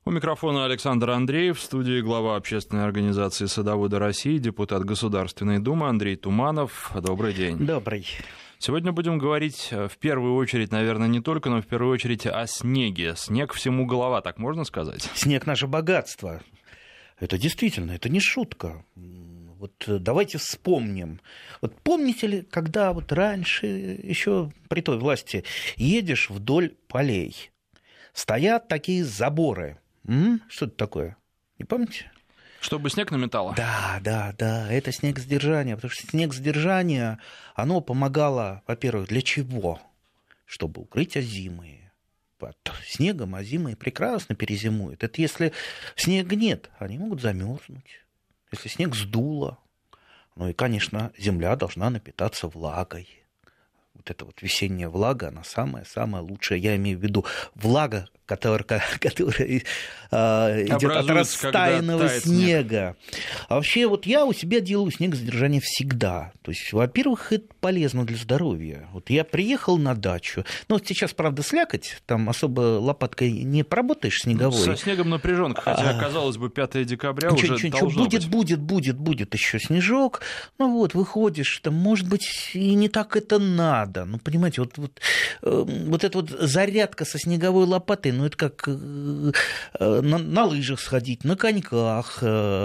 У микрофона Александр Андреев, в студии глава общественной организации «Садоводы России», депутат Государственной Думы Андрей Туманов. Добрый день. Добрый. Сегодня будем говорить в первую очередь, наверное, не только, но в первую очередь о снеге. Снег всему голова, так можно сказать? Снег — наше богатство. Это действительно, это не шутка. Вот давайте вспомним. Вот помните ли, когда вот раньше, еще при той власти, едешь вдоль полей, стоят такие заборы. Что это такое? Не помните? Чтобы снег наметало? Да, это снегосдержание, потому что снегосдержание, оно помогало, во-первых, для чего? Чтобы укрыть озимые. Под снегом озимые прекрасно перезимуют. Это если снега нет, они могут замерзнуть. Если снег сдуло, ну и, конечно, земля должна напитаться влагой. Вот эта вот весенняя влага, она самая-самая лучшая. Я имею в виду влага, которая идет от растаянного снега. А вообще вот я у себя делаю снегосдержание всегда. То есть, во-первых, это полезно для здоровья. Вот я приехал на дачу. Ну, вот сейчас, правда, слякоть, там особо лопаткой не поработаешь снеговой. Со снегом напряженка, хотя, казалось бы, 5 декабря уже должно будет еще снежок. Ну вот, выходишь, там, может быть, и не так это надо. Ну, понимаете, вот эта вот зарядка со снеговой лопатой, ну, это как на лыжах сходить, на коньках,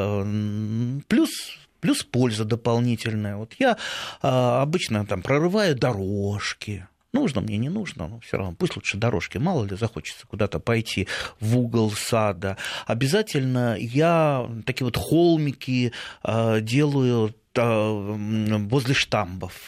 плюс польза дополнительная. Вот я обычно там прорываю дорожки. Нужно мне, не нужно, но все равно пусть лучше дорожки. Мало ли захочется куда-то пойти в угол сада. Обязательно я такие вот холмики делаю возле штамбов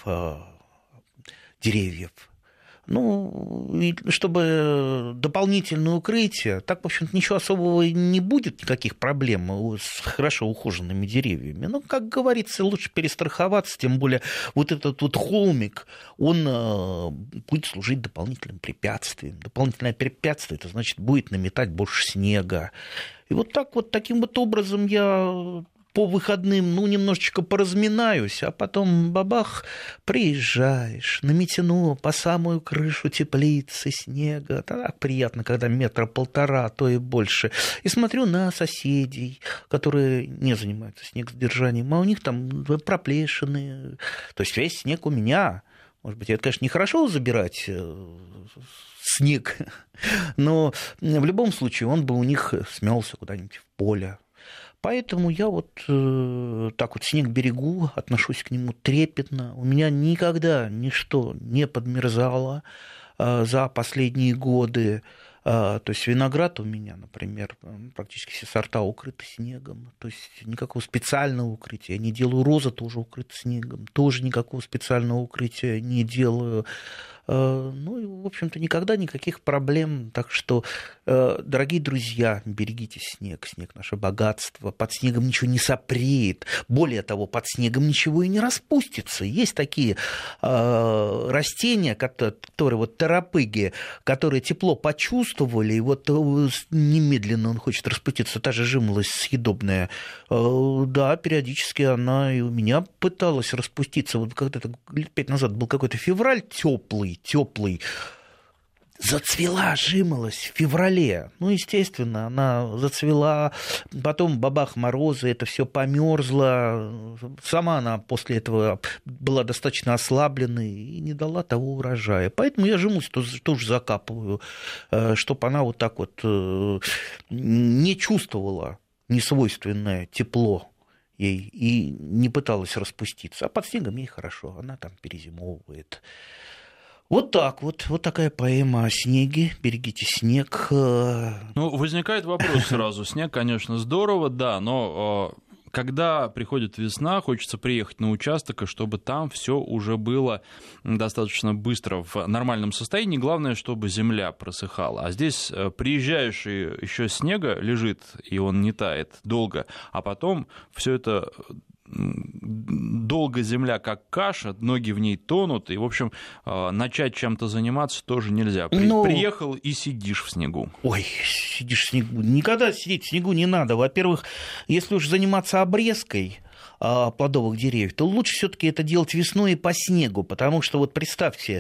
деревьев. Ну, и чтобы дополнительное укрытие, так, в общем-то, ничего особого не будет, никаких проблем с хорошо ухоженными деревьями. Но, как говорится, лучше перестраховаться, тем более вот этот вот холмик, он будет служить дополнительным препятствием. Дополнительное препятствие, это значит, будет наметать больше снега. И вот так вот, таким вот образом я по выходным, немножечко поразминаюсь, а потом, бабах, приезжаешь, наметено по самую крышу теплицы снега. Так приятно, когда 1,5 метра, а то и больше. И смотрю на соседей, которые не занимаются снегосдержанием, а у них там проплешины. То есть весь снег у меня. Может быть, это, конечно, нехорошо забирать снег, но в любом случае он бы у них смелся куда-нибудь в поле. Поэтому я вот так вот снег берегу, отношусь к нему трепетно. У меня никогда ничто не подмерзало за последние годы. То есть виноград у меня, например, практически все сорта укрыты снегом. То есть никакого специального укрытия. Я не делаю, роза тоже укрыта снегом. Тоже никакого специального укрытия не делаю. Ну, и, в общем-то, никогда никаких проблем. Так что, дорогие друзья, берегите снег. Снег — наше богатство. Под снегом ничего не сопреет. Более того, под снегом ничего и не распустится. Есть такие растения, которые вот торопыги, которые тепло почувствовали, и вот немедленно он хочет распуститься. Та же жимолость съедобная. Да, периодически она и у меня пыталась распуститься. Вот когда-то лет 5 назад был какой-то февраль теплый, зацвела жимолость в феврале. Ну, естественно, она зацвела, потом бабах, морозы, это все померзло. Сама она после этого была достаточно ослабленной и не дала того урожая. Поэтому я жимолость тоже закапываю, чтобы она вот так вот не чувствовала несвойственное тепло ей и не пыталась распуститься. А под снегом ей хорошо, она там перезимовывает. Вот так вот такая поэма о снеге. Берегите снег. Ну, возникает вопрос сразу. Снег, конечно, здорово, да, но когда приходит весна, хочется приехать на участок, и чтобы там все уже было достаточно быстро в нормальном состоянии. Главное, чтобы земля просыхала. А здесь приезжаешь, и еще снега лежит, и он не тает долго, а потом все это долго земля как каша, ноги в ней тонут, и, в общем, начать чем-то заниматься тоже нельзя. Приехал и сидишь в снегу. Ой, сидишь в снегу. Никогда сидеть в снегу не надо. Во-первых, если уж заниматься обрезкой плодовых деревьев, то лучше все-таки это делать весной и по снегу, потому что вот представьте,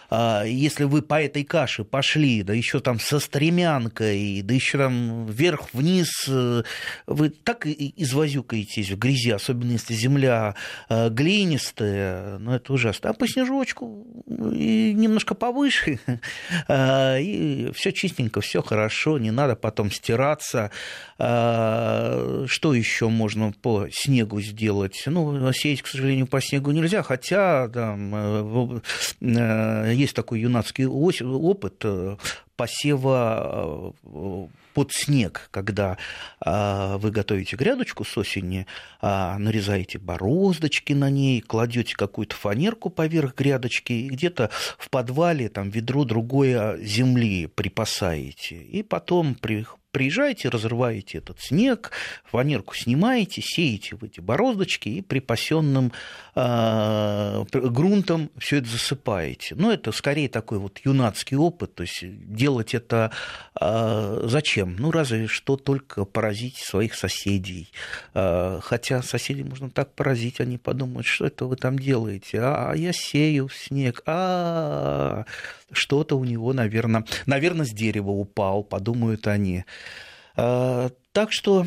если вы по этой каше пошли, да еще там со стремянкой, да еще там вверх-вниз, вы так и извозюкаетесь в грязи, особенно если земля глинистая, ну это ужасно. А по снежочку и немножко повыше, и все чистенько, все хорошо, не надо потом стираться. Что еще можно по снегу сделать? Ну, сеять, к сожалению, по снегу нельзя, хотя там есть такой юнацкий опыт посева под снег, когда вы готовите грядочку с осени, нарезаете бороздочки на ней, кладете какую-то фанерку поверх грядочки и где-то в подвале там ведро другое земли припасаете. И потом приезжаете, разрываете этот снег, фанерку снимаете, сеете в эти бороздочки и припасенным грунтом все это засыпаете. Но это скорее такой вот юнацкий опыт, то есть делать это зачем? Ну, разве что только поразить своих соседей. Хотя соседей можно так поразить, они подумают, что это вы там делаете? А я сею снег, что-то у него, наверное, с дерева упал, подумают они. Так что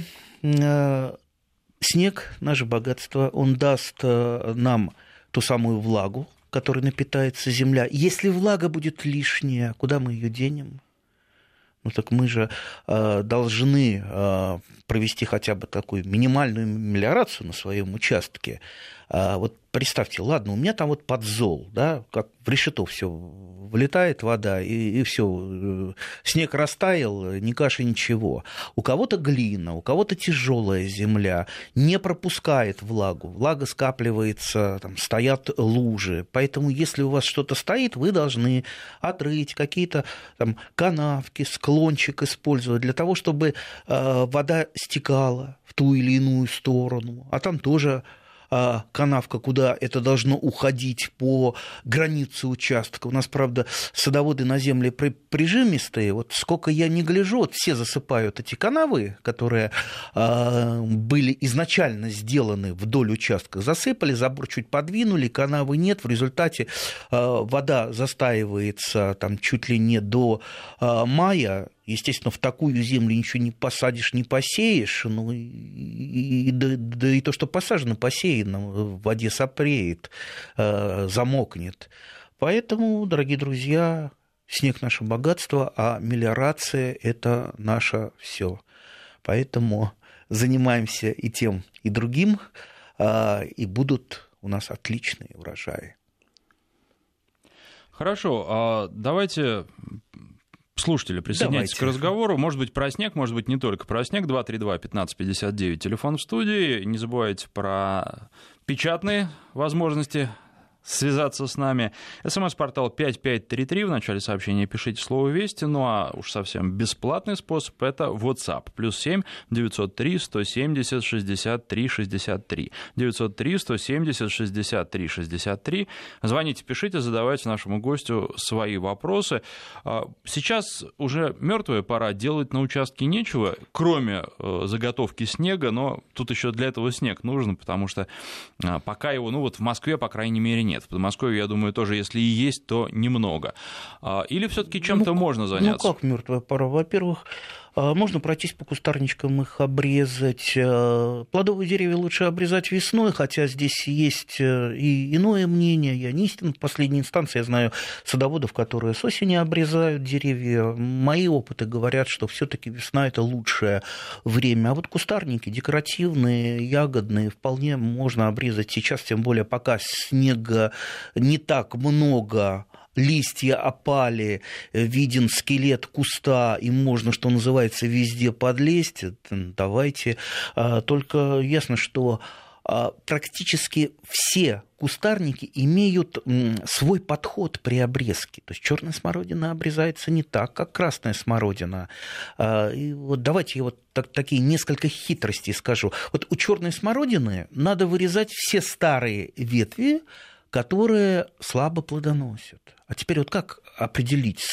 снег, наше богатство, он даст нам ту самую влагу, которой напитается земля. Если влага будет лишняя, куда мы ее денем? Ну так мы же должны провести хотя бы такую минимальную мелиорацию на своем участке. Вот представьте, ладно, у меня там вот подзол, да, как в решето все вылетает вода, и все, снег растаял, ни каши, ничего. У кого-то глина, у кого-то тяжелая земля, не пропускает влагу, влага скапливается, там, стоят лужи. Поэтому, если у вас что-то стоит, вы должны отрыть какие-то там канавки, склончик использовать для того, чтобы вода стекала в ту или иную сторону. А там тоже канавка, куда это должно уходить по границе участка. У нас, правда, садоводы на земле прижимистые. Вот сколько я не гляжу, вот все засыпают эти канавы, которые были изначально сделаны вдоль участка. Засыпали, забор чуть подвинули, канавы нет. В результате вода застаивается там чуть ли не до мая. Естественно, в такую землю ничего не посадишь, не посеешь, ну, да и то, что посажено, посеяно, в воде сопреет, замокнет. Поэтому, дорогие друзья, снег – наше богатство, а мелиорация – это наше все. Поэтому занимаемся и тем, и другим, и будут у нас отличные урожаи. Хорошо, давайте... Слушатели, присоединяйтесь к разговору. Может быть, про снег, может быть, не только про снег. 232-1559, телефон в студии. Не забывайте про печатные возможности связаться с нами. СМС-портал 5533. В начале сообщения пишите слово «Вести». Ну а уж совсем бесплатный способ – это WhatsApp. +7 903 170 63 63. 903 170 63 63. Звоните, пишите, задавайте нашему гостю свои вопросы. Сейчас уже мертвая пора, делать на участке нечего, кроме заготовки снега, но тут еще для этого снег нужен, потому что пока его, ну вот в Москве, по крайней мере, нет. В Подмосковье, я думаю, тоже, если и есть, то немного. Или все-таки чем-то можно заняться? Ну как мертвая пора? Во-первых, можно пройтись по кустарничкам, их обрезать. Плодовые деревья лучше обрезать весной, хотя здесь есть и иное мнение. Я не истинно в последней инстанции. Я знаю садоводов, которые с осени обрезают деревья. Мои опыты говорят, что все-таки весна – это лучшее время. А вот кустарники декоративные, ягодные вполне можно обрезать сейчас, тем более пока снега не так много. Листья опали, виден скелет куста, и можно, что называется, везде подлезть. Давайте. Только ясно, что практически все кустарники имеют свой подход при обрезке. То есть черная смородина обрезается не так, как красная смородина. И вот давайте я вот такие несколько хитростей скажу. Вот у черной смородины надо вырезать все старые ветви, которые слабо плодоносят. А теперь вот как определить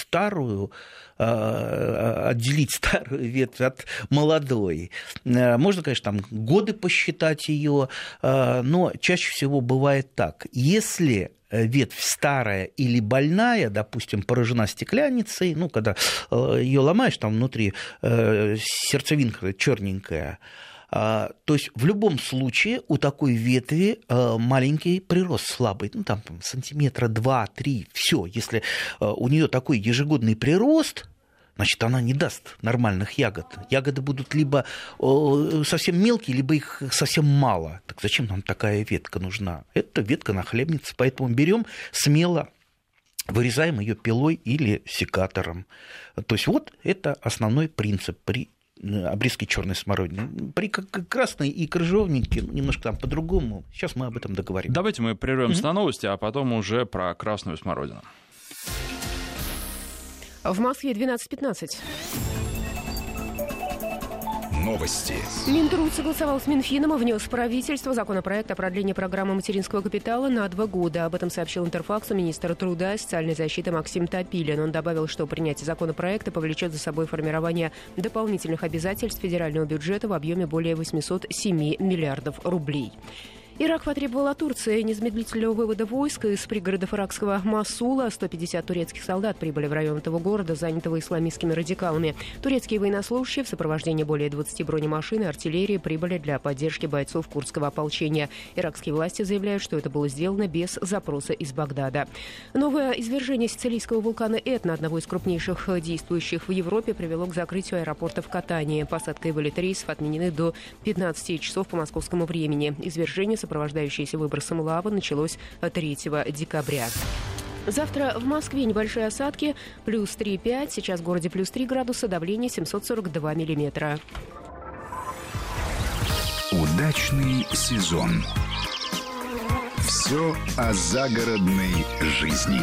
отделить старую ветвь от молодой? Можно, конечно, там годы посчитать ее, но чаще всего бывает так. Если ветвь старая или больная, допустим, поражена стеклянницей, ну, когда ее ломаешь, там внутри сердцевинка черненькая, то есть в любом случае у такой ветви маленький прирост слабый, ну там сантиметра 2-3, все. Если у нее такой ежегодный прирост, значит, она не даст нормальных ягод. Ягоды будут либо совсем мелкие, либо их совсем мало. Так зачем нам такая ветка нужна? Это ветка нахлебница, поэтому берем смело, вырезаем ее пилой или секатором. То есть вот это основной принцип при обрезки черной смородины. При красной и крыжовнике немножко там по-другому. Сейчас мы об этом договорим. Давайте мы прервемся на новости, а потом уже про красную смородину. В Москве 12:15. Новости. Минтруд согласовал с Минфином и внес в правительство законопроект о продлении программы материнского капитала на 2 года. Об этом сообщил Интерфаксу министр труда и социальной защиты Максим Топилин. Он добавил, что принятие законопроекта повлечет за собой формирование дополнительных обязательств федерального бюджета в объеме более 807 миллиардов рублей. Ирак потребовал от Турции незамедлительного вывода войск из пригородов иракского Мосула. 150 турецких солдат прибыли в район этого города, занятого исламистскими радикалами. Турецкие военнослужащие в сопровождении более 20 бронемашин и артиллерии прибыли для поддержки бойцов курдского ополчения. Иракские власти заявляют, что это было сделано без запроса из Багдада. Новое извержение сицилийского вулкана Этна, одного из крупнейших действующих в Европе, привело к закрытию аэропорта в Катании. Посадка и вылет рейсов отменены до 15 часов по московскому времени. Извержение, сопровождающееся выбросом лавы, началось 3 декабря. Завтра в Москве небольшие осадки, плюс 3,5, сейчас в городе плюс 3 градуса, давление 742 миллиметра. Удачный сезон. Все о загородной жизни.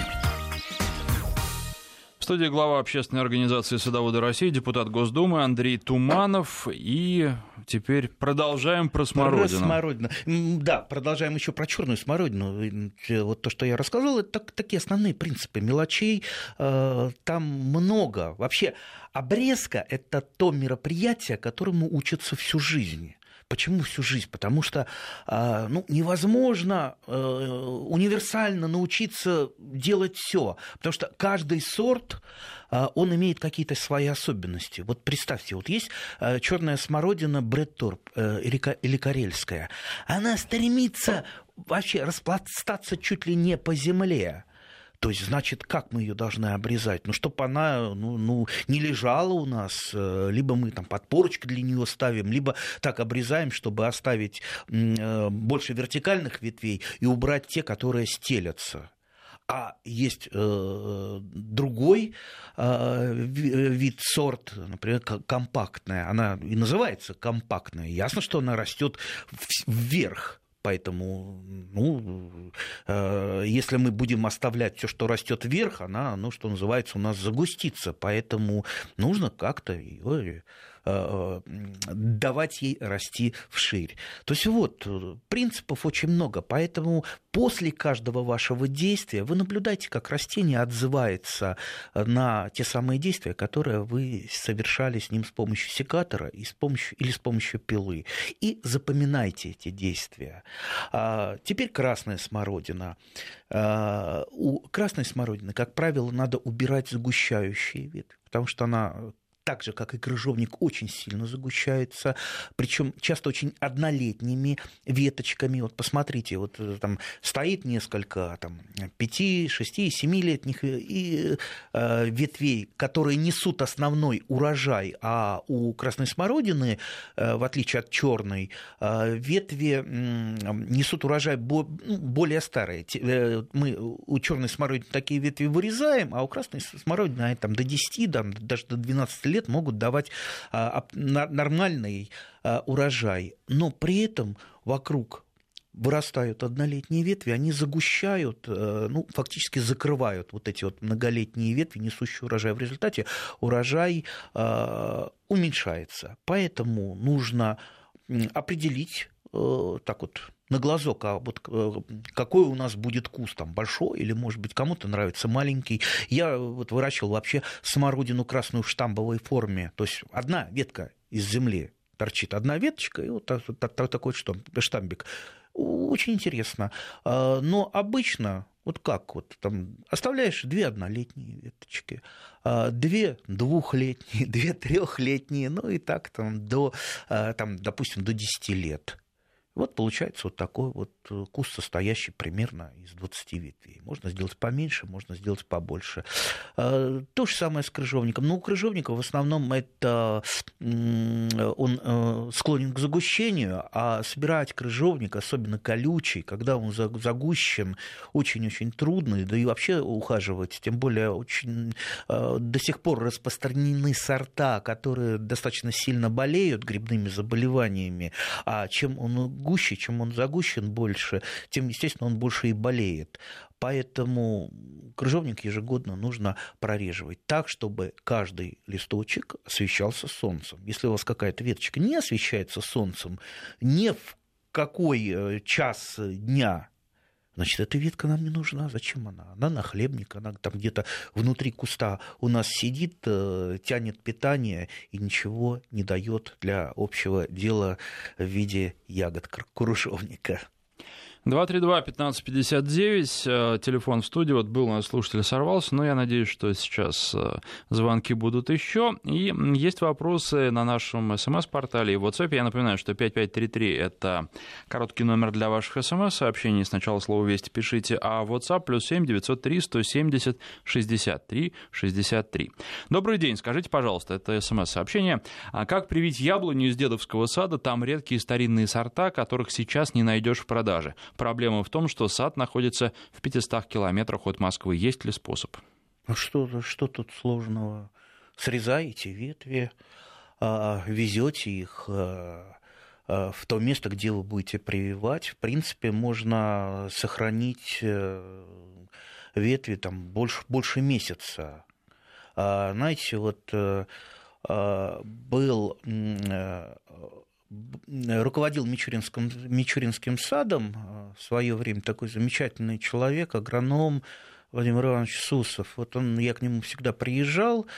В студии глава общественной организации «Садоводы России», депутат Госдумы Андрей Туманов. И теперь продолжаем про смородину. Про смородину. Да, продолжаем еще про черную смородину. Вот то, что я рассказал, это такие основные принципы. Мелочей там много. Вообще, обрезка – это то мероприятие, которому учатся всю жизнь. Почему всю жизнь? Потому что невозможно универсально научиться делать все, потому что каждый сорт он имеет какие-то свои особенности. Вот представьте, вот есть черная смородина Бретторп или карельская, она стремится вообще распластаться чуть ли не по земле. То есть, значит, как мы ее должны обрезать? Чтобы она не лежала у нас, либо мы там подпорочку для нее ставим, либо так обрезаем, чтобы оставить больше вертикальных ветвей и убрать те, которые стелятся. А есть другой вид, сорт, например, компактная. Она и называется компактная. Ясно, что она растет вверх. Поэтому, если мы будем оставлять все, что растет вверх, она, что называется, у нас загустится. Поэтому нужно как-то ее давать ей расти вширь. То есть вот, принципов очень много, поэтому после каждого вашего действия вы наблюдаете, как растение отзывается на те самые действия, которые вы совершали с ним с помощью секатора или с помощью пилы. И запоминайте эти действия. Теперь красная смородина. У красной смородины, как правило, надо убирать загущающие ветви, потому что она, так же, как и крыжовник, очень сильно загущается, причем часто очень однолетними веточками. Вот посмотрите, вот там стоит несколько 5, 6, 7-летних ветвей, которые несут основной урожай, а у красной смородины, в отличие от черной, ветви несут урожай более старые. Мы у черной смородины такие ветви вырезаем, а у красной смородины они до 10, даже до 12 лет могут давать нормальный урожай. Но при этом вокруг вырастают однолетние ветви, они загущают, фактически закрывают вот эти вот многолетние ветви, несущие урожай. В результате урожай уменьшается. Поэтому нужно определить так вот на глазок, а вот какой у нас будет куст, большой или, может быть, кому-то нравится маленький. Я вот выращивал вообще смородину красную в штамбовой форме, то есть одна ветка из земли торчит, одна веточка, и вот такой штамбик. Очень интересно. Но обычно Вот как вот там оставляешь 2 однолетние веточки, 2 двухлетние, 2 трехлетние, ну и так там до, там, допустим, до 10 лет. Вот получается вот такой вот куст, состоящий примерно из 20 ветвей. Можно сделать поменьше, можно сделать побольше. То же самое с крыжовником. Но у крыжовника в основном это он склонен к загущению, а собирать крыжовник, особенно колючий, когда он загущен, очень-очень трудно, да и вообще ухаживать. Тем более очень до сих пор распространены сорта, которые достаточно сильно болеют грибными заболеваниями, а чем он гуще, чем он загущен больше, тем, естественно, он больше и болеет. Поэтому крыжовник ежегодно нужно прореживать так, чтобы каждый листочек освещался солнцем. Если у вас какая-то веточка не освещается солнцем, ни в какой час дня, значит, эта ветка нам не нужна. Зачем она? Она нахлебник, она там где-то внутри куста у нас сидит, тянет питание и ничего не дает для общего дела в виде ягод крыжовника. 232-1559, телефон в студии, вот был у нас слушатель, сорвался, но я надеюсь, что сейчас звонки будут еще. И есть вопросы на нашем СМС-портале и в WhatsApp. Я напоминаю, что 5533 – это короткий номер для ваших СМС-сообщений. Сначала слово «Вести» пишите, а WhatsApp +7 903 170 63 63. Добрый день, скажите, пожалуйста, это СМС-сообщение. Как привить яблоню из дедовского сада? Там редкие старинные сорта, которых сейчас не найдешь в продаже. Проблема в том, что сад находится в 500 километрах от Москвы. Есть ли способ? Что тут сложного? Срезаете ветви, везете их в то место, где вы будете прививать. В принципе, можно сохранить ветви там, больше месяца. Знаете, вот руководил Мичуринским садом в свое время такой замечательный человек, агроном Владимир Иванович Сусов. Вот я к нему всегда приезжал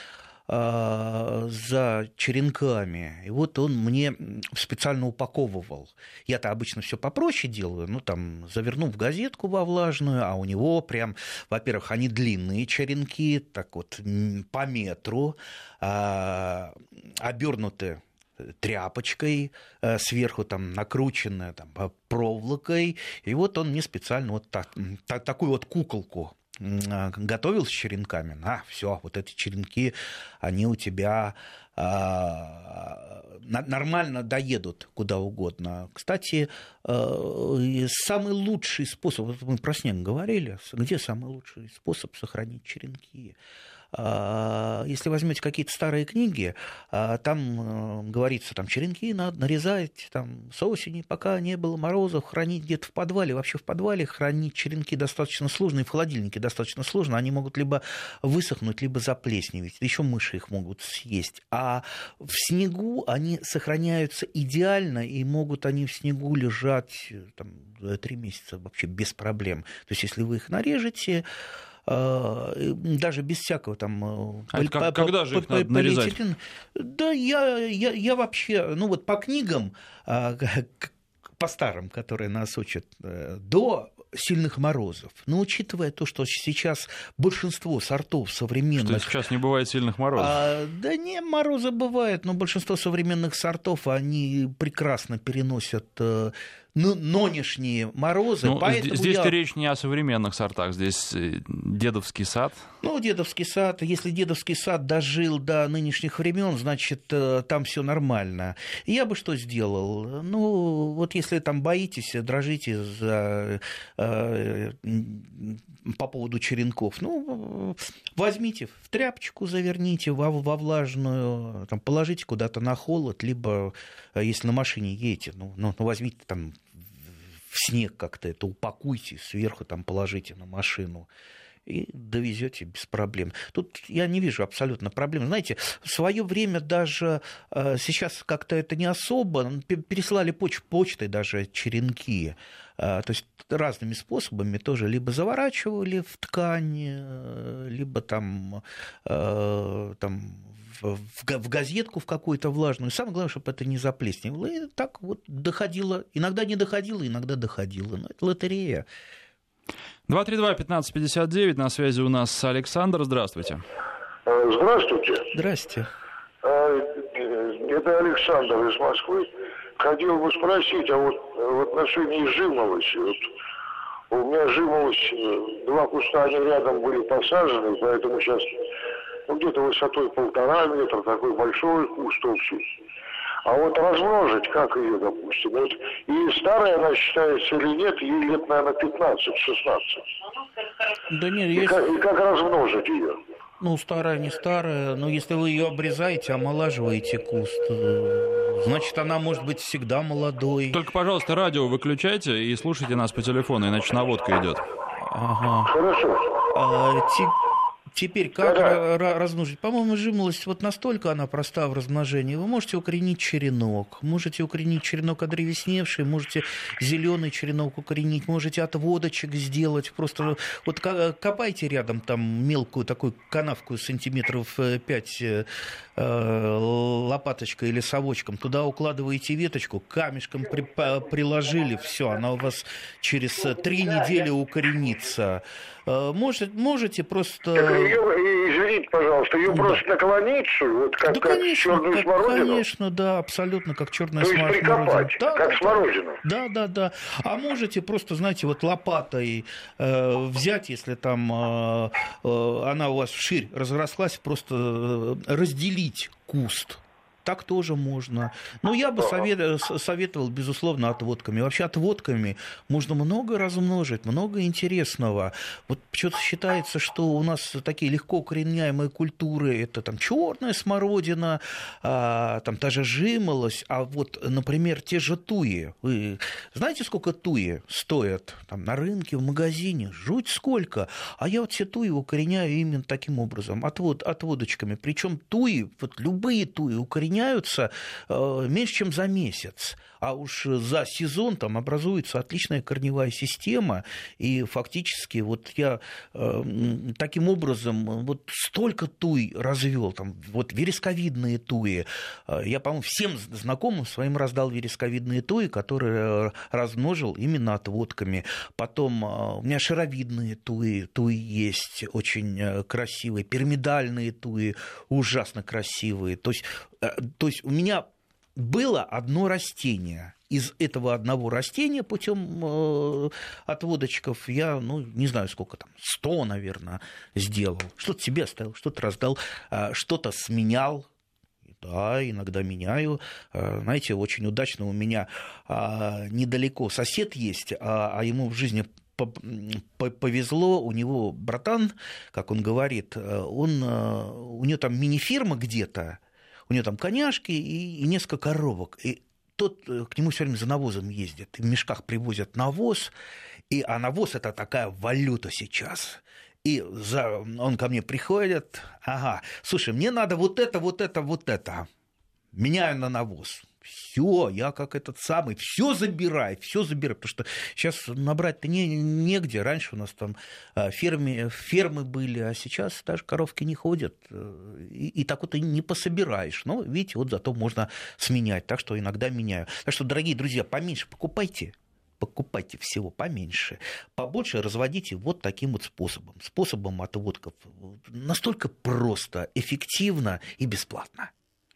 за черенками, и вот он мне специально упаковывал. Я-то обычно все попроще делаю, ну там заверну в газетку во влажную, а у него прям, во-первых, они длинные черенки, так вот по метру, обернуты тряпочкой, сверху там накрученная там, проволокой, и вот он мне специально вот такую вот куколку готовил с черенками. Все, вот эти черенки, они у тебя нормально доедут куда угодно. Кстати, самый лучший способ, вот мы про снег говорили, где самый лучший способ сохранить черенки? Если возьмете какие-то старые книги, там говорится, там черенки надо нарезать там, с осени, пока не было морозов, хранить где-то в подвале. Вообще в подвале хранить черенки достаточно сложно, и в холодильнике достаточно сложно. Они могут либо высохнуть, либо заплесневеть. Еще мыши их могут съесть. А в снегу они сохраняются идеально, и могут они в снегу лежать там, 3 месяца вообще без проблем. То есть если вы их нарежете, даже без всякого там... Когда же их надо нарезать? Да, я вообще, ну вот по книгам, по старым, которые нас учат, до сильных морозов. Но учитывая то, что сейчас большинство сортов современных... Что сейчас не бывает сильных морозов? Да не, морозы бывают, но большинство современных сортов, они прекрасно переносят нынешние морозы. Ну, здесь речь не о современных сортах, здесь дедовский сад. Ну, дедовский сад, если дедовский сад дожил до нынешних времен, значит, там все нормально. Я бы что сделал? Ну, вот если там боитесь, дрожите по поводу черенков, ну, возьмите в тряпочку, заверните во влажную, там, положите куда-то на холод, либо, если на машине едете, ну возьмите там в снег как-то это упакуйте, сверху там положите на машину и довезете без проблем. Тут я не вижу абсолютно проблем. Знаете, в свое время даже сейчас как-то это не особо, пересылали почтой даже черенки. То есть разными способами тоже либо заворачивали в ткань, либо там в газетку в какую-то влажную. Самое главное, чтобы это не заплесневело. И так вот доходило. Иногда не доходило, иногда доходило. Но это лотерея. 232-1559, на связи у нас Александр, здравствуйте. Здравствуйте. Здрасте. Это Александр из Москвы. Хотел бы спросить, а вот в отношении жимолости. Вот у меня жимолость, 2 куста, они рядом были посажены, поэтому сейчас где-то высотой 1,5 метра, такой большой куст общий. А вот размножить, как ее, допустим, вот, и старая она считается или нет, ей лет, наверное, 15-16. Да нет, и как размножить ее? Ну, старая, не старая, но если вы ее обрезаете, омолаживаете куст, значит, она может быть всегда молодой. Только, пожалуйста, радио выключайте и слушайте нас по телефону, иначе наводка идет. Ага. Хорошо. Теперь, как размножить? По-моему, жимолость вот настолько она проста в размножении. Вы можете укоренить черенок, можете укоренить черенок одревесневший, можете зеленый черенок укоренить, можете отводочек сделать. Просто вот копайте рядом там мелкую такую канавку сантиметров 5 лопаточкой или совочком, туда укладываете веточку, камешком приложили, все, она у вас через 3 недели укоренится. Можете просто... Извините, пожалуйста, ее просто наклонить, вот как, да, конечно, черную смородину? Конечно, да, абсолютно как черная смородина. Прикопать, да, как смородину? Да. А можете просто, знаете, вот лопатой взять, если там она у вас вширь разрослась, просто разделить куст. Так тоже можно. Но я бы советовал, безусловно, отводками. Вообще отводками можно много размножить, много интересного. Вот почему-то считается, что у нас такие легко укореняемые культуры, это там черная смородина, там та же жимолость, а вот, например, те же туи. Вы знаете, сколько туи стоят там на рынке, в магазине? Жуть сколько. А я вот все туи укореняю именно таким образом, отводочками. Причем туи, вот любые туи укореняются меньше, чем за месяц. А уж за сезон там образуется отличная корневая система. И фактически вот я таким образом вот столько туй развел, там, вот вересковидные туи. Я, по-моему, всем знакомым своим раздал вересковидные туи, которые размножил именно отводками. Потом у меня шаровидные туи есть очень красивые, пирамидальные туи ужасно красивые. То есть у меня было одно растение. Из этого одного растения путем отводочков я, не знаю, сколько там, 100, наверное, сделал. Что-то себе оставил, что-то раздал, что-то сменял. Да, иногда меняю. Знаете, очень удачно у меня недалеко сосед есть, а ему в жизни повезло, у него братан, как он говорит, у него там мини-фирма где-то, у него там коняшки и несколько коровок. И тот к нему все время за навозом ездит. В мешках привозят навоз. А навоз – это такая валюта сейчас. И он ко мне приходит. Ага, слушай, мне надо вот это. Меняю на навоз. Все, я как этот самый, все забираю, потому что сейчас набрать-то негде. Раньше у нас там фермы были, а сейчас даже коровки не ходят, и так вот и не пособираешь. Но, видите, вот зато можно сменять, так что иногда меняю. Так что, дорогие друзья, поменьше покупайте всего поменьше, побольше разводите вот таким вот способом отводков. Настолько просто, эффективно и бесплатно.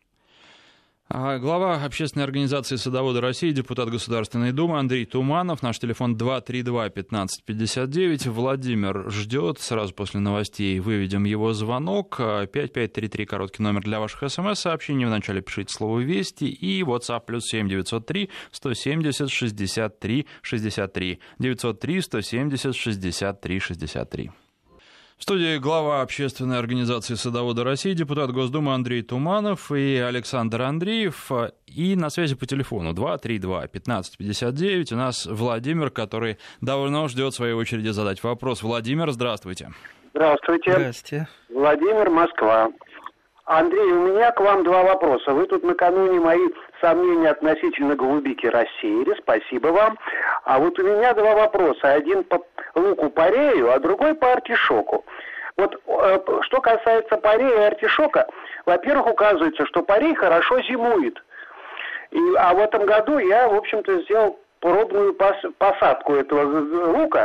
Глава общественной организации «Садоводы России», депутат Государственной Думы Андрей Туманов. Наш телефон 232-1559. Владимир ждет. Сразу после новостей выведем его звонок. 5533, короткий номер для ваших СМС-сообщений. Вначале пишите слово «Вести». И WhatsApp +7 903 170 63 63. 903 170 63 63. В студии глава общественной организации «Садоводы России», депутат Госдумы Андрей Туманов и Александр Андреев. И на связи по телефону 232-1559 у нас Владимир, который давно ждет в своей очереди задать вопрос. Владимир, здравствуйте. Здравствуйте. Владимир, Москва. Андрей, у меня к вам 2 вопроса. Вы тут накануне мои сомнения относительно голубики рассеяли. Спасибо вам. А вот у меня 2 вопроса. Один по луку-порею, а другой по артишоку. Вот что касается порея и артишока, во-первых, указывается, что порей хорошо зимует. А в этом году я, в общем-то, сделал пробную посадку этого лука.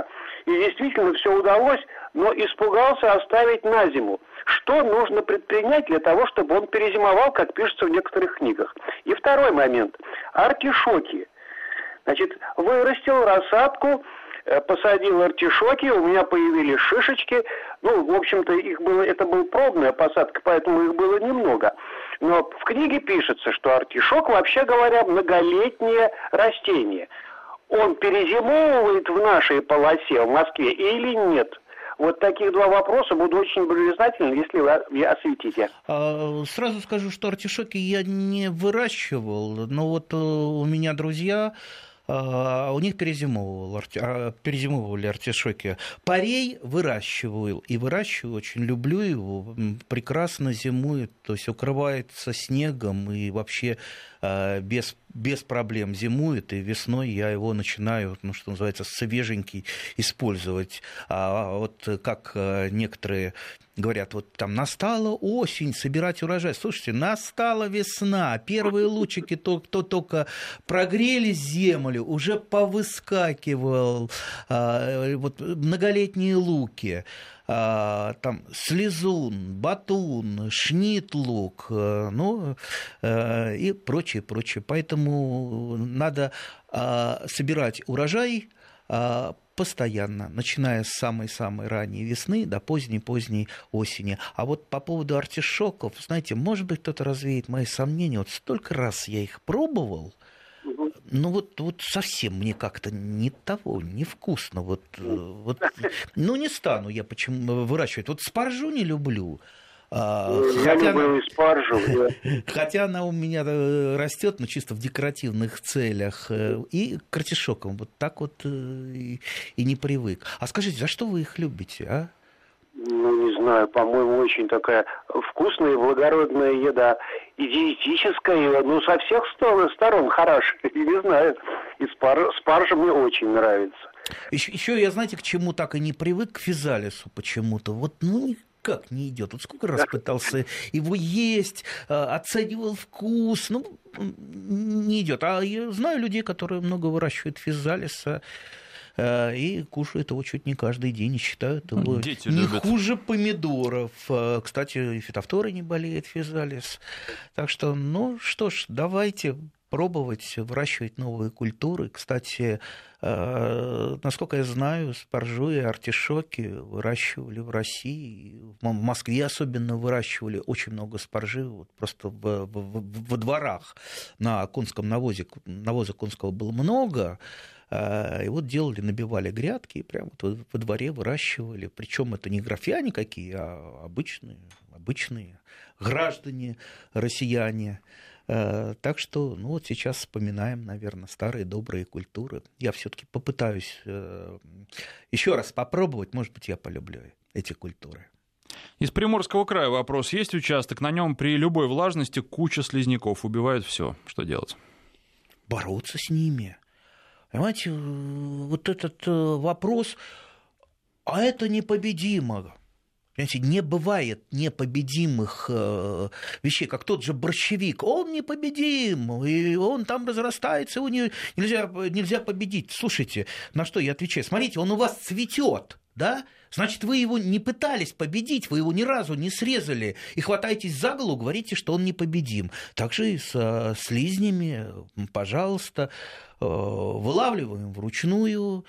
и действительно все удалось, но испугался оставить на зиму. Что нужно предпринять для того, чтобы он перезимовал, как пишется в некоторых книгах? И второй момент. Артишоки. Значит, вырастил рассадку, посадил артишоки, у меня появились шишечки. Ну, в общем-то, это была пробная посадка, поэтому их было немного. Но в книге пишется, что артишок, вообще говоря, многолетнее растение. Он перезимовывает в нашей полосе, в Москве, или нет? Вот таких два вопроса. Буду очень признателен, если вы осветите. Сразу скажу, что артишоки я не выращивал, но вот у меня друзья... У них перезимовывали артишоки. Парей выращиваю, и выращиваю, очень люблю его, прекрасно зимует, то есть укрывается снегом и вообще без проблем зимует, и весной я его начинаю, что называется, свеженький использовать. А вот как некоторые говорят, вот там настала осень, собирать урожай. Слушайте, настала весна, первые лучики только прогрели землю, уже повыскакивал, вот многолетние луки. Там слезун, батун, шнитлук, и прочее. Поэтому надо собирать урожай постоянно, начиная с самой-самой ранней весны до поздней осени. А вот по поводу артишоков, знаете, может быть, кто-то развеет мои сомнения. Вот столько раз я их пробовал, ну вот совсем мне как-то невкусно. Не стану я почему выращивать. Вот спаржу не люблю. Я люблю и спаржу. Хотя она у меня растет, но чисто в декоративных целях. И к артишокам вот так вот и не привык. А скажите, за что вы их любите, а? Ну, не знаю, по-моему, очень такая вкусная и благородная еда. И диетическая, со всех сторон хорошая. Не знаю, и спаржа мне очень нравится. Еще я, знаете, к чему так и не привык? К физалису почему-то. Никак не идет. Вот сколько раз пытался его есть, оценивал вкус, не идет. А я знаю людей, которые много выращивают физалиса и кушают его чуть не каждый день, и считают его хуже помидоров. Кстати, и фитофторой не болеет физалис. Так что, давайте пробовать выращивать новые культуры. Кстати, насколько я знаю, спаржу и артишоки выращивали в России. В Москве особенно выращивали очень много спаржи, вот просто во дворах на конском навозе. Навоза конского было много. И вот делали, набивали грядки и прямо во дворе выращивали. Причем это не графьяне какие, а обычные граждане, россияне. Так что, сейчас вспоминаем, наверное, старые добрые культуры. Я все-таки попытаюсь еще раз попробовать, может быть, я полюблю эти культуры. Из Приморского края вопрос. Есть участок, на нем при любой влажности куча слизняков, убивают все. Что делать? Бороться с ними. Понимаете, вот этот вопрос, а это непобедимо. Понимаете, не бывает непобедимых вещей, как тот же борщевик. Он непобедим, и он там разрастается, его нельзя победить. Слушайте, на что я отвечаю? Смотрите, он у вас цветет, да? Значит, вы его не пытались победить, вы его ни разу не срезали, и хватаетесь за голову, говорите, что он непобедим. Так же и со слизнями, пожалуйста, вылавливаем вручную,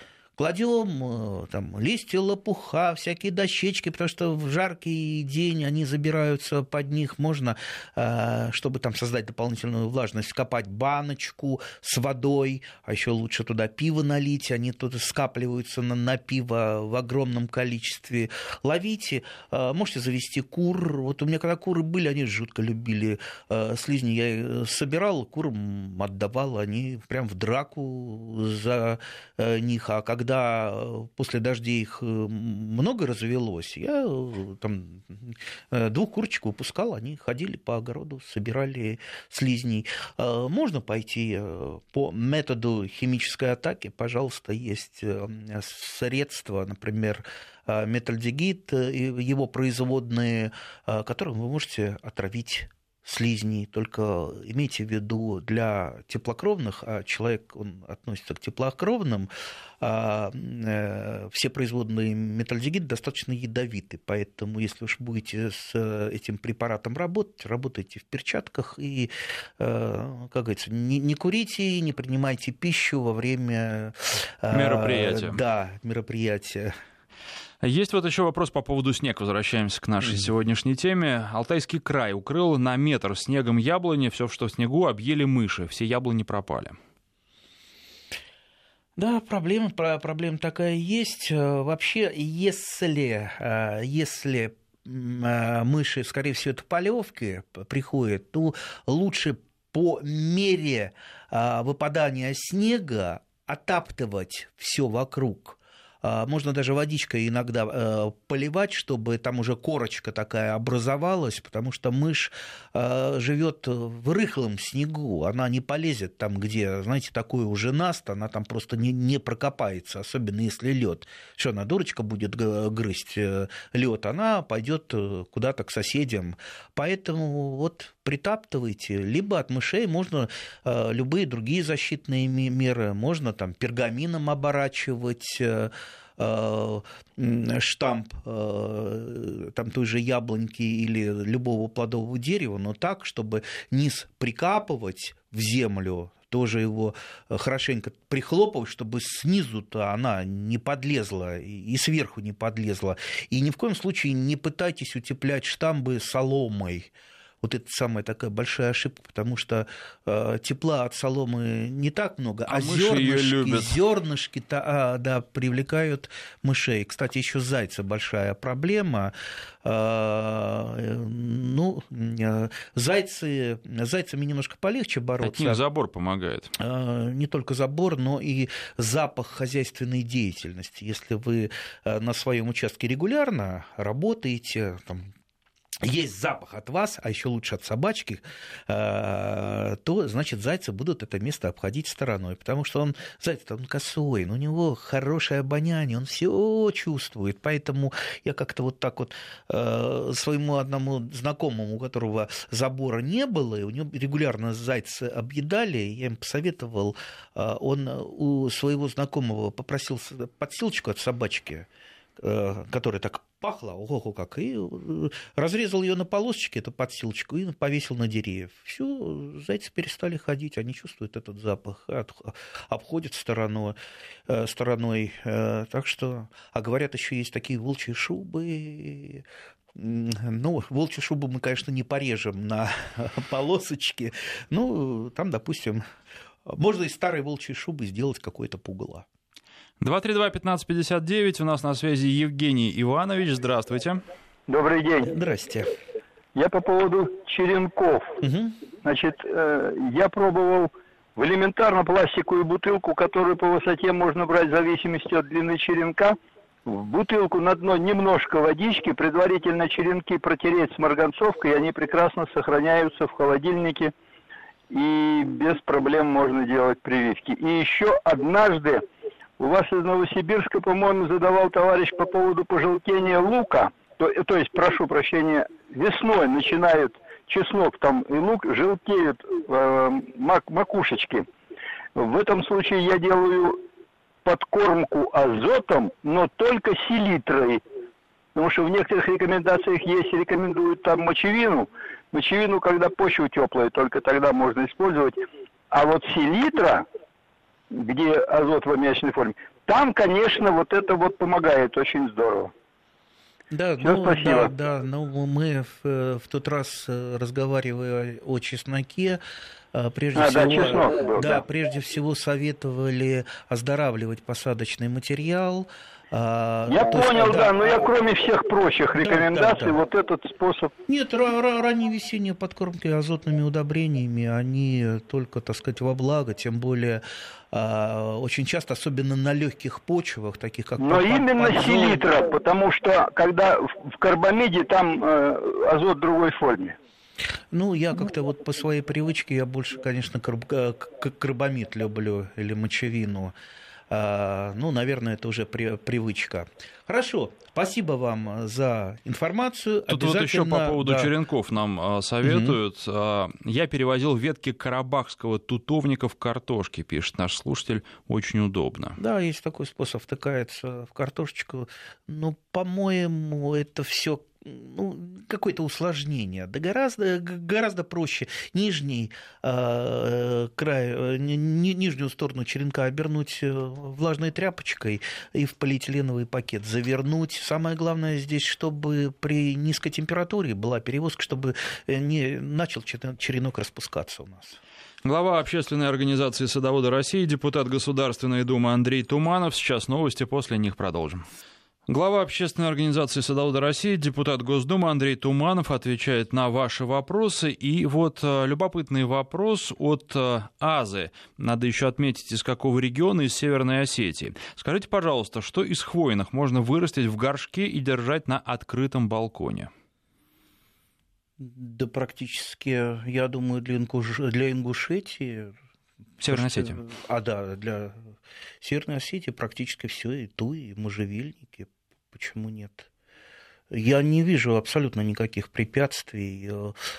кладем там листья лопуха, всякие дощечки, потому что в жаркий день они забираются под них. Можно, чтобы там создать дополнительную влажность, копать баночку с водой, а еще лучше туда пиво налить, они тут скапливаются на пиво в огромном количестве. Ловите, можете завести кур. Вот у меня когда куры были, они жутко любили слизни. Я собирал, курам отдавал, они прям в драку за них. А когда после дождей их много развелось, я там 2 курочек выпускал, они ходили по огороду, собирали слизней. Можно пойти по методу химической атаки, пожалуйста, есть средства, например, метальдегид, его производные, которым вы можете отравить слизней, только имейте в виду для теплокровных, а человек, он относится к теплокровным, все производные метальдегида достаточно ядовиты, поэтому если уж будете с этим препаратом работать, работайте в перчатках и, как говорится, не курите, не принимайте пищу во время мероприятия. Да, мероприятия. Есть вот еще вопрос по поводу снега. Возвращаемся к нашей сегодняшней теме. Алтайский край укрыл на метр снегом яблони. Все, что в снегу, объели мыши. Все яблони пропали. Да, проблема такая есть. Вообще, если мыши, скорее всего, это полевки приходят, то лучше по мере выпадания снега отаптывать все вокруг. Можно даже водичкой иногда поливать, чтобы там уже корочка такая образовалась, потому что мышь живет в рыхлом снегу, она не полезет там, где, знаете, такой уже наст, она там просто не прокопается, особенно если лед. Что, она дурочка будет грызть лед, она пойдет куда-то к соседям. Поэтому вот притаптывайте, либо от мышей можно любые другие защитные меры, можно там пергамином оборачивать штамп там той же яблоньки или любого плодового дерева, но так, чтобы низ прикапывать в землю, тоже его хорошенько прихлопывать, чтобы снизу-то она не подлезла и сверху не подлезла. И ни в коем случае не пытайтесь утеплять штамбы соломой. Вот это самая такая большая ошибка, потому что тепла от соломы не так много, а зернышки привлекают мышей. Кстати, еще зайцы большая проблема. Зайцами немножко полегче бороться. От них забор помогает. Не только забор, но и запах хозяйственной деятельности. Если вы на своем участке регулярно работаете, там, есть запах от вас, а еще лучше от собачки, то, значит, зайцы будут это место обходить стороной, потому что заяц-то он косой, у него хорошее обоняние, он все чувствует, поэтому я как-то вот так вот своему одному знакомому, у которого забора не было, и у него регулярно зайцы объедали, я им посоветовал, он у своего знакомого попросил подстилочку от собачки, которая так пахла, ого как, и разрезал ее на полосочки, эту подстилочку, и повесил на деревья. Все, зайцы перестали ходить, они чувствуют этот запах, обходят стороной. Так что, а говорят, еще есть такие волчьи шубы. Волчью шубу мы, конечно, не порежем на полосочки. Там, допустим, можно из старой волчьей шубы сделать какое-то пугало. 232-1559, у нас на связи Евгений Иванович, здравствуйте. Добрый день. Здрасте. Я по поводу черенков. Угу. Значит, я пробовал в элементарно пластиковую бутылку, которую по высоте можно брать в зависимости от длины черенка. В бутылку на дно немножко водички, предварительно черенки протереть с марганцовкой, и они прекрасно сохраняются в холодильнике, и без проблем можно делать прививки. И еще однажды у вас из Новосибирска, по-моему, задавал товарищ по поводу пожелтения лука. То есть, прошу прощения, весной начинает чеснок там и лук, желтеют макушечки. В этом случае я делаю подкормку азотом, но только селитрой. Потому что в некоторых рекомендациях рекомендуют там мочевину. Мочевину, когда почва теплая, только тогда можно использовать. А вот селитра, где азот в аммиачной форме, там, конечно, вот это вот помогает очень здорово. Да, спасибо. Мы в тот раз, разговаривая о чесноке, прежде всего советовали оздоравливать посадочный материал. Я понял, но я кроме всех прочих рекомендаций, вот этот способ... Нет, ранние весенние подкормки азотными удобрениями, они только, так сказать, во благо, тем более очень часто, особенно на легких почвах, таких как... Но именно селитра, потому что когда в карбамиде там азот в другой форме. Я как-то вот по своей привычке, я больше, конечно, карбамид люблю или мочевину. Ну, наверное, это уже привычка. Хорошо, спасибо вам за информацию. Тут вот еще по поводу черенков нам советуют. Я перевозил ветки карабахского тутовника в картошке, пишет наш слушатель. Очень удобно. Да, есть такой способ, втыкается в картошечку. Но, по-моему, это все какое-то усложнение. Да гораздо проще нижний край, нижнюю сторону черенка обернуть влажной тряпочкой и в полиэтиленовый пакет завернуть. Самое главное здесь, чтобы при низкой температуре была перевозка, чтобы не начал черенок распускаться у нас. Глава общественной организации «Садоводы России», депутат Государственной Думы Андрей Туманов. Сейчас новости, после них продолжим. Глава общественной организации «Садоводы России», депутат Госдумы Андрей Туманов отвечает на ваши вопросы. И вот любопытный вопрос от Азы. Надо еще отметить, из какого региона, из Северной Осетии. Скажите, пожалуйста, что из хвойных можно вырастить в горшке и держать на открытом балконе? Да практически, я думаю, для Ингушетии... Северной Осетии. Да, для Северной Осетии практически все, и туи, и можжевельники. Почему нет? Я не вижу абсолютно никаких препятствий.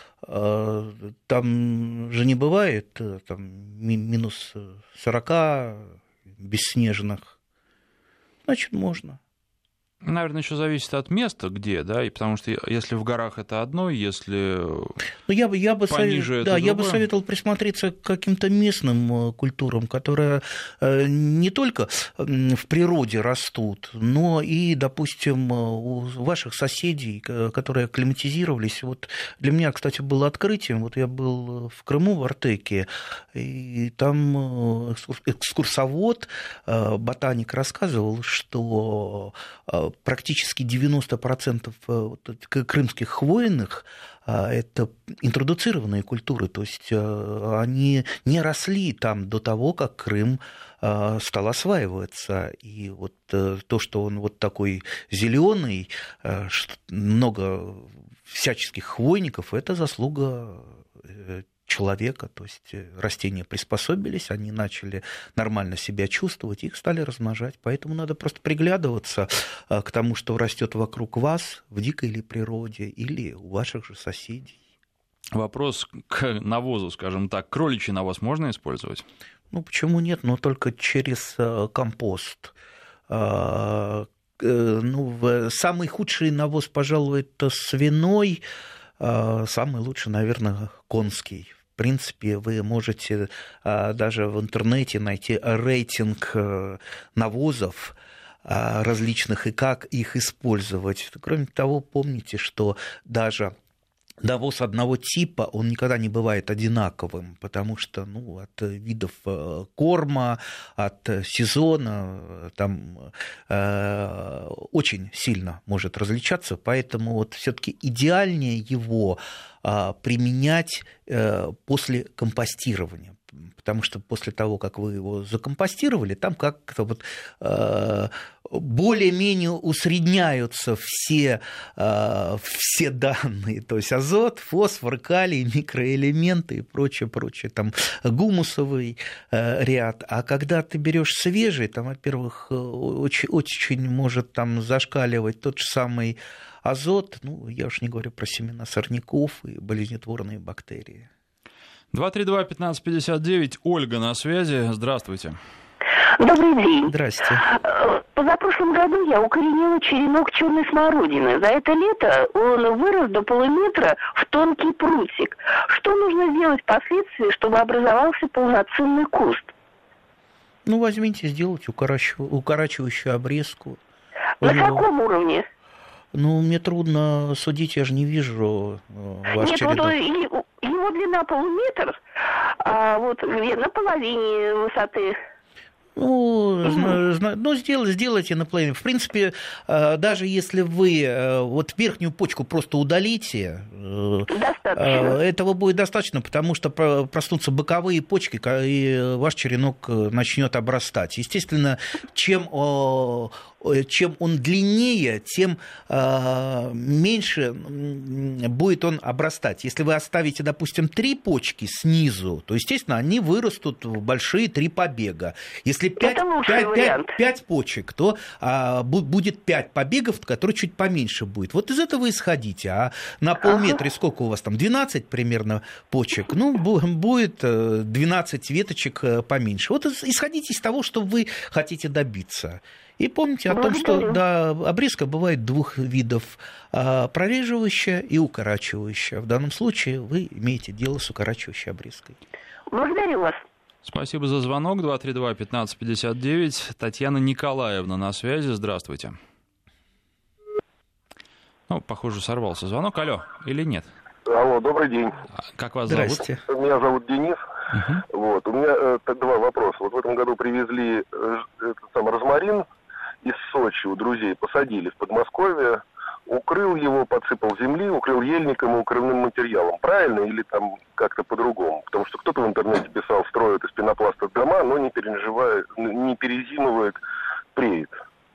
Там же не бывает там, минус 40 бесснежных. Значит, можно. Наверное, еще зависит от места, где, да, и потому что если в горах это одно, если я бы пониже это другое. Я бы советовал присмотреться к каким-то местным культурам, которые не только в природе растут, но и, допустим, у ваших соседей, которые акклиматизировались. Вот для меня, кстати, было открытием, вот я был в Крыму, в Артеке, и там экскурсовод, ботаник рассказывал, что практически 90% крымских хвойных – это интродуцированные культуры, то есть они не росли там до того, как Крым стал осваиваться. И вот то, что он вот такой зеленый, много всяческих хвойников – это заслуга человека, то есть растения приспособились, они начали нормально себя чувствовать, их стали размножать. Поэтому надо просто приглядываться к тому, что растет вокруг вас, в дикой ли природе или у ваших же соседей. Вопрос к навозу, скажем так. Кроличий навоз можно использовать? Ну, почему нет, но только через компост. Самый худший навоз, пожалуй, это свиной, самый лучший, наверное, конский. В принципе, вы можете даже в интернете найти рейтинг навозов различных и как их использовать. Кроме того, помните, что даже навоз одного типа, он никогда не бывает одинаковым, потому что от видов корма, от сезона там очень сильно может различаться, поэтому вот все-таки идеальнее его применять после компостирования. Потому что после того, как вы его закомпостировали, там как-то вот более-менее усредняются все данные, то есть азот, фосфор, калий, микроэлементы и прочее, там гумусовый ряд. А когда ты берешь свежий, там, во-первых, очень может там зашкаливать тот же самый азот, я уж не говорю про семена сорняков и болезнетворные бактерии. 232-1559, Ольга на связи. Здравствуйте. Добрый день. Здрасте. Позапрошлом году я укоренила черенок черной смородины. За это лето он вырос до полуметра в тонкий прутик. Что нужно сделать впоследствии, чтобы образовался полноценный куст? Возьмите, сделайте укорачивающую обрезку. На каком уровне? Мне трудно судить, я же не вижу ваш черенок. Его длина полуметр, а вот на половине высоты. Сделайте наполовину. В принципе, даже если вы верхнюю почку просто удалите, этого будет достаточно, потому что проснутся боковые почки, и ваш черенок начнет обрастать. Естественно, чем чем он длиннее, тем меньше будет он обрастать. Если вы оставите, допустим, 3 почки снизу, то, естественно, они вырастут в большие 3 побега. Если 5 почек, то будет 5 побегов, которые чуть поменьше будет. Вот из этого исходите. А на полметра сколько у вас там? 12 примерно почек. Ну, будет 12 веточек поменьше. Вот исходите из того, что вы хотите добиться. И помните о том, что обрезка бывает 2 видов: прореживающая и укорачивающая. В данном случае вы имеете дело с укорачивающей обрезкой. Благодарю вас. Спасибо за звонок. 232-1559. Татьяна Николаевна на связи. Здравствуйте. Ну, похоже, сорвался звонок. Алло, или нет? Алло, добрый день. Как вас зовут? Меня зовут Денис. Вот. У меня 2 вопроса. Вот в этом году привезли розмарин из Сочи у друзей, посадили в Подмосковье, укрыл его, подсыпал земли, укрыл ельником и укрывным материалом. Правильно или там как-то по-другому? Потому что кто-то в интернете писал, строят из пенопласта дома, но не перезимывает, преет.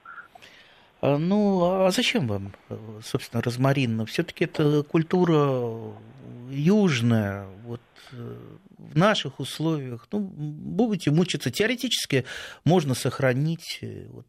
Ну, а зачем вам, собственно, розмарин? Все-таки это культура южная. Вот в наших условиях, ну, будете мучиться. Теоретически можно сохранить. Вот,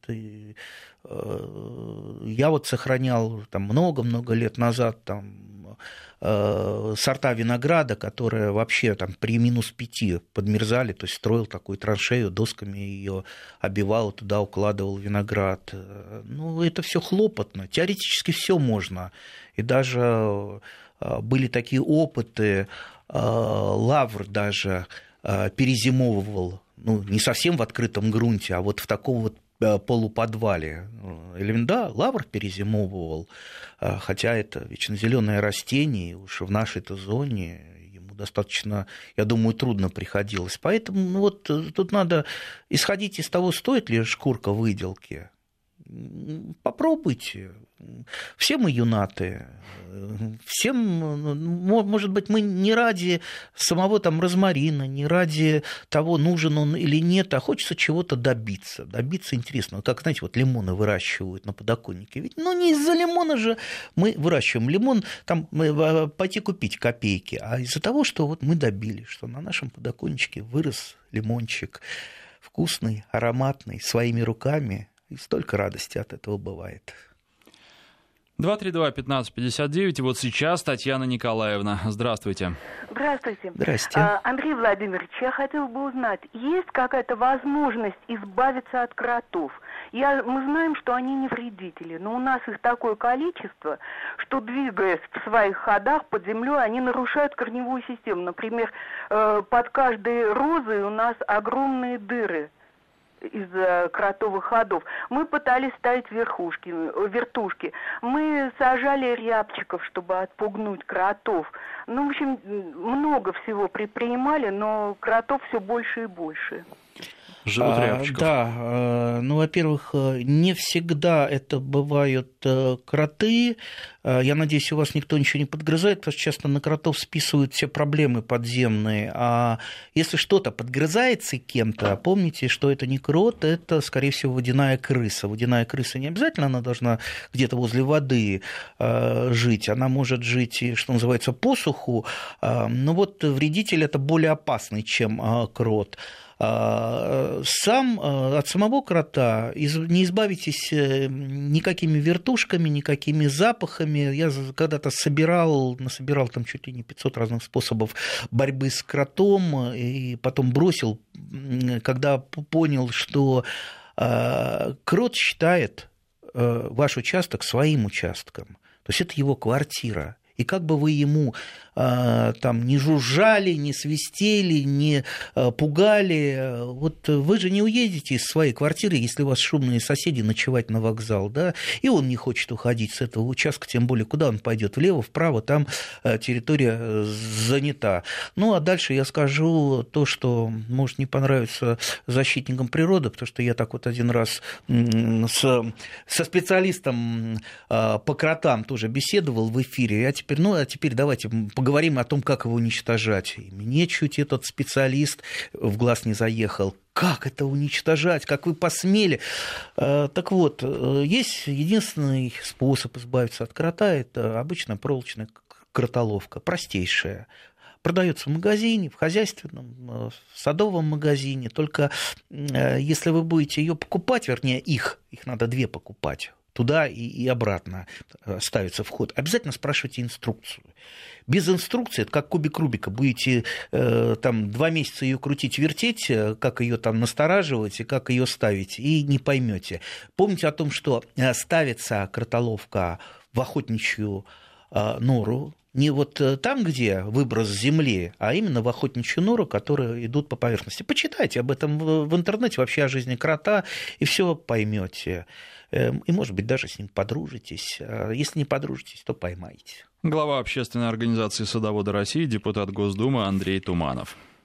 я вот сохранял там много-много лет назад там сорта винограда, которые вообще там при -5 подмерзали, то есть строил такую траншею, досками ее обивал, туда укладывал виноград. Ну, это все хлопотно. Теоретически все можно. И даже были такие опыты, лавр даже перезимовывал, ну, не совсем в открытом грунте, а вот в таком вот полуподвале. Да, лавр перезимовывал, хотя это вечнозеленое растение, и уж в нашей-то зоне ему достаточно, я думаю, трудно приходилось. Поэтому ну, вот тут надо исходить из того, стоит ли шкурка выделки. Попробуйте. Все мы юнаты. Всем, может быть, мы не ради самого там розмарина, не ради того, нужен он или нет, а хочется чего-то добиться. Добиться интересного. Как, знаете, вот лимоны выращивают на подоконнике. Ведь, ну, не из-за лимона же мы выращиваем лимон, там пойти купить копейки, а из-за того, что вот мы добились, что на нашем подоконничке вырос лимончик вкусный, ароматный, своими руками. И столько радости от этого бывает. 232-1559. И вот сейчас Татьяна Николаевна. Здравствуйте. Здравствуйте. Здрасте. Андрей Владимирович, я хотела бы узнать, есть какая-то возможность избавиться от кротов? Мы знаем, что они не вредители, но у нас их такое количество, что, двигаясь в своих ходах под землей, они нарушают корневую систему. Например, под каждой розой у нас огромные дыры из-за кротовых ходов. Мы пытались ставить вертушки. Мы сажали рябчиков, чтобы отпугнуть кротов. Ну, в общем, много всего предпринимали, но кротов все больше и больше. Живут рябчиков. Да, ну, во-первых, не всегда это бывают кроты. Я надеюсь, у вас никто ничего не подгрызает, потому что часто на кротов списывают все проблемы подземные. А если что-то подгрызается кем-то, помните, что это не крот, это, скорее всего, водяная крыса. Водяная крыса не обязательно, она должна где-то возле воды жить. Она может жить, что называется, по суху. Но вот вредитель это более опасный, чем крот. От самого крота не избавитесь никакими вертушками, никакими запахами. Я когда-то насобирал там чуть ли не 500 разных способов борьбы с кротом, и потом бросил, когда понял, что крот считает ваш участок своим участком. То есть это его квартира. И как бы вы ему там не жужжали, не свистели, не пугали, вот вы же не уедете из своей квартиры, если у вас шумные соседи, ночевать на вокзал, да, и он не хочет уходить с этого участка, тем более, куда он пойдет, влево, вправо, там территория занята. Ну, а дальше я скажу то, что может не понравиться защитникам природы, потому что я так вот один раз со специалистом по кротам тоже беседовал в эфире, а теперь давайте поговорим о том, как его уничтожать. И мне чуть этот специалист в глаз не заехал. как это уничтожать, как вы посмели. Так вот, есть единственный способ избавиться от крота, это обычная проволочная кротоловка, простейшая. Продается в магазине, в хозяйственном, в садовом магазине. Только если вы будете ее покупать, вернее, их надо 2 покупать, туда и обратно ставится вход, обязательно спрашивайте инструкцию. Без инструкции, это как кубик Рубика, будете там 2 месяца ее крутить, вертеть, как ее там настораживать и как ее ставить, и не поймете. Помните о том, что ставится кротоловка в охотничью нору, не вот там, где выброс земли, а именно в охотничью нору, которые идут по поверхности. Почитайте об этом в интернете, вообще о жизни крота, и все поймете. И, может быть, даже с ним подружитесь. Если не подружитесь, то поймаете. Глава общественной организации «Садоводы России», депутат Госдумы Андрей Туманов.